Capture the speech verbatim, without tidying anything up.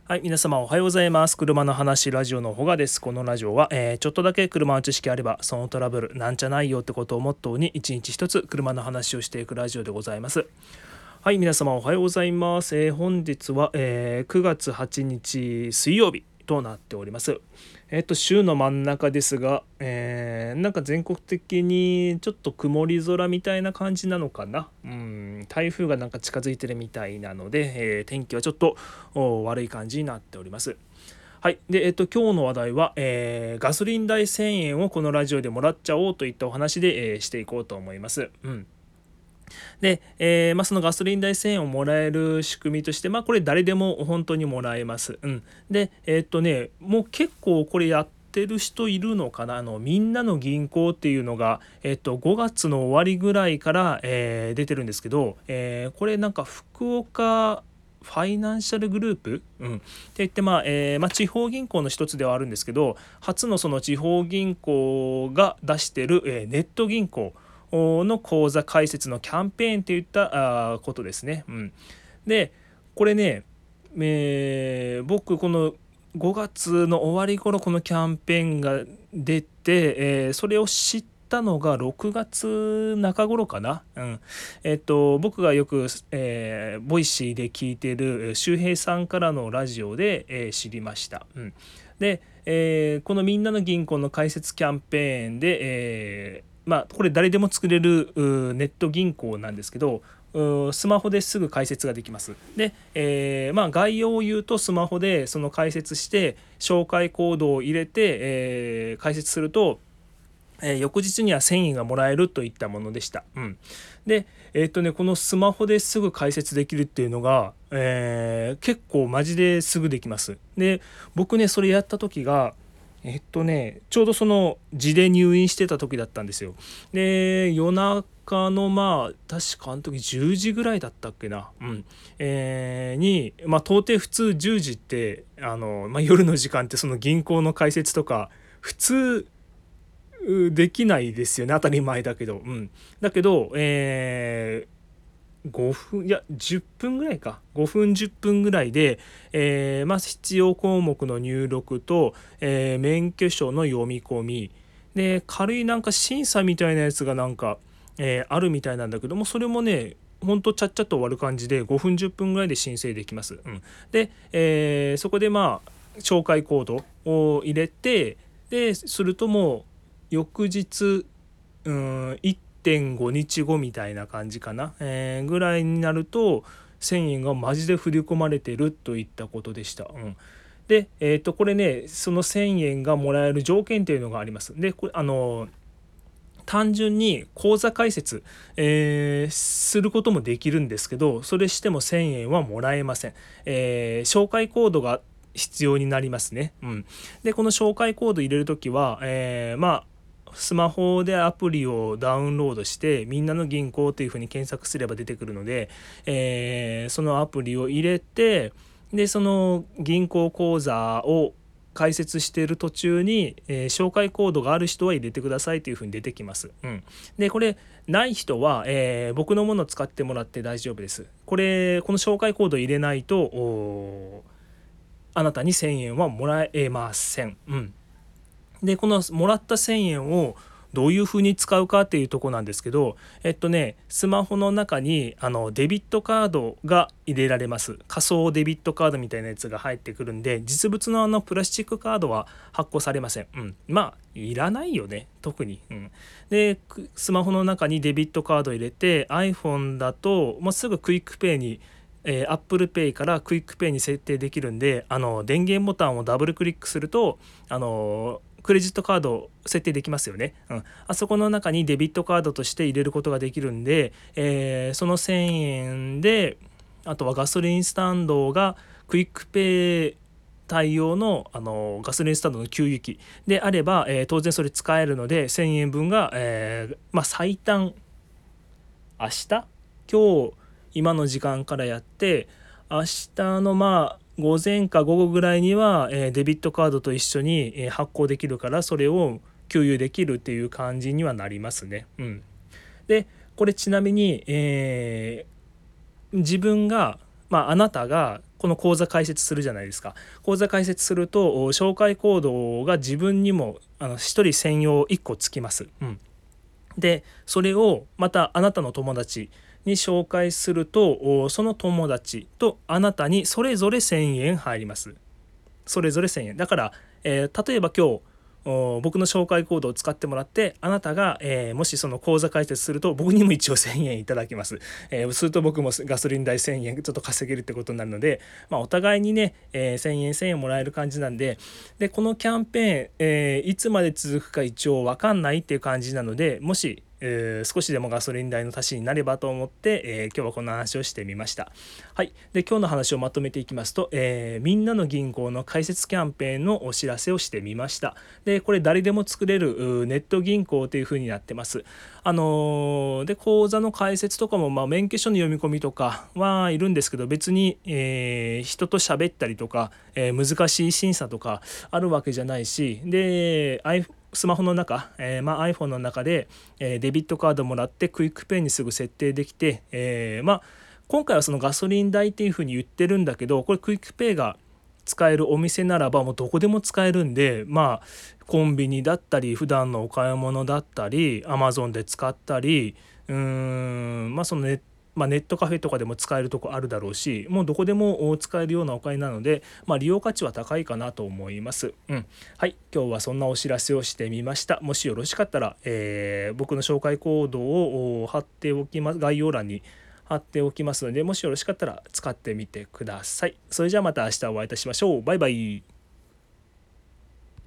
はい、皆様おはようございます。車の話ラジオのほがです。このラジオは、えーちょっとだけ車の知識あればそのトラブルなんじゃないよってことをモットーに一日一つ車の話をしていくラジオでございます。はい、皆様おはようございます。えー本日は、えーくがつはちにち水曜日となっております。えっと週の真ん中ですが、えーなんか全国的にちょっと曇り空みたいな感じなのかな。うん台風がなんか近づいてるみたいなので、えー天気はちょっとお悪い感じになっております。はい。で、えっと、今日の話題は、えーガソリン代せんえんをこのラジオでもらっちゃおうといったお話で、えーしていこうと思います。うん。で、えーまあ、そのガソリン代せんえんをもらえる仕組みとして、まあ、これ誰でも本当にもらえます。うん。で、えーっとね、もう結構これやってる人いるのかな。あの、みんなの銀行っていうのが、えっと、ごがつの終わりぐらいから、えー出てるんですけど、えーこれなんか福岡ファイナンシャルグループ、うん、って言って、まあえーまあ、地方銀行の一つではあるんですけど、初のその地方銀行が出してる、えーネット銀行の口座開設のキャンペーンといったあことですね。うん、でこれね、えー僕このごがつの終わり頃このキャンペーンが出て、えーそれを知ったのがろくがつ中頃かな。うんえっと僕がよく、えーボイシーで聞いてる周平さんからのラジオで、えー知りました。うん、で、えーこのみんなの銀行の開設キャンペーンで、えーまあ、これ誰でも作れるネット銀行なんですけど、スマホですぐ開設ができます。で、えーまあ、概要を言うとスマホでその開設して紹介コードを入れて、えー開設すると、えー翌日にはせんえんがもらえるといったものでした。うん、で、えーっとね、このスマホですぐ開設できるっていうのが、えー結構マジですぐできます。で、僕ね、それやった時が、えっとね、ちょうどその痔で入院してた時だったんですよ。で、夜中のまあ、確かあの時じゅうじぐらいだったっけな。うん。えーに、まあ、到底普通じゅうじって、あの、まあ、夜の時間ってその銀行の開設とか、普通、できないですよね。当たり前だけど。うん。だけど、えーごふんいやじゅっぷんぐらいかごふんじゅっぷんぐらいで、えーまず必要項目の入力と、えー免許証の読み込みで、軽いなんか審査みたいなやつがなんか、えーあるみたいなんだけども、それもねほんとちゃっちゃと終わる感じでごふんじゅっぷんぐらいで申請できます。うん、で、えーそこでまあ紹介コードを入れて、でするともう翌日うん、いってんごにちごみたいな感じかな、えーぐらいになるとせんえんがマジで振り込まれてるといったことでした。うん、で、えー、とこれね、そのせんえんがもらえる条件というのがあります。で、これあの単純に口座開設、えーすることもできるんですけど、それしてもせんえんはもらえません。えー紹介コードが必要になりますね。うん、でこの紹介コード入れるときは、えーまあスマホでアプリをダウンロードしてみんなの銀行というふうに検索すれば出てくるので、えーそのアプリを入れて、でその銀行口座を解説している途中に、えー紹介コードがある人は入れてくださいというふうに出てきます。うん、でこれない人は、えー僕のものを使ってもらって大丈夫です。これこの紹介コード入れないとあなたにせんえんはもらえません。うん、でこのもらったせんえんをどういうふうに使うかっていうとこなんですけど、えっとねスマホの中にあのデビットカードが入れられます。仮想デビットカードみたいなやつが入ってくるんで、実物のあのプラスチックカードは発行されません。うん、まあいらないよね特に。うん、でスマホの中にデビットカード入れて iPhone だともうすぐクイックペイにえー、Apple Pay からクイックペイに設定できるんで、あの電源ボタンをダブルクリックするとあのクレジットカード設定できますよね。うん、あそこの中にデビットカードとして入れることができるんで、えーそのせんえんで、あとはガソリンスタンドがクイックペイ対応の、あのガソリンスタンドの給油機であれば、えー当然それ使えるのでせんえんぶんが、えーまあ、最短明日今日今の時間からやって、明日のまあ午前か午後ぐらいには、えーデビットカードと一緒に、えー発行できるから、それを給油できるっていう感じにはなりますね。うん、でこれちなみに、えー自分がまあ、あなたがこの講座開設するじゃないですか。講座開設すると紹介コードが自分にもあのひとり専用いっこつきます。うん、でそれをまたあなたの友達に紹介するとその友達とあなたにそれぞれせんえん入ります。それぞれせんえんだから、えー、例えば今日僕の紹介コードを使ってもらってあなたが、えー、もしその口座開設すると僕にも一応せんえんいただきます、えー、すると僕もガソリン代せんえんちょっと稼げるってことになるので、まあ、お互いにね、えー、せんえんせんえんもらえる感じなんで、でこのキャンペーン、えー、いつまで続くか一応分かんないっていう感じなので、もしえー、少しでもガソリン代の足しになればと思って、えー、今日はこんな話をしてみました。はい、で今日の話をまとめていきますと、えー、みんなの銀行の開設キャンペーンのお知らせをしてみました。でこれ誰でも作れるネット銀行というふうになってます。あのー、で口座の開設とかも、まあ、免許証の読み込みとかはいるんですけど、別に、えー、人と喋ったりとか、えー、難しい審査とかあるわけじゃないし、で iPhoneスマホの中、えーまあ、iPhone の中で、えー、デビットカードもらってクイックペイにすぐ設定できて、えーまあ、今回はそのガソリン代っていうふうに言ってるんだけど、これクイックペイが使えるお店ならばもうどこでも使えるんで、まあコンビニだったり普段のお買い物だったり Amazon で使ったり、うーんまあそのネットまあ、ネットカフェとかでも使えるとこあるだろうし、もうどこでも使えるようなお金なので、まあ、利用価値は高いかなと思います。うん、はい、今日はそんなお知らせをしてみました。もしよろしかったら、えー、僕の紹介コードを貼っておきます。概要欄に貼っておきますので、もしよろしかったら使ってみてください。それじゃあまた明日お会いいたしましょう。バイバイ。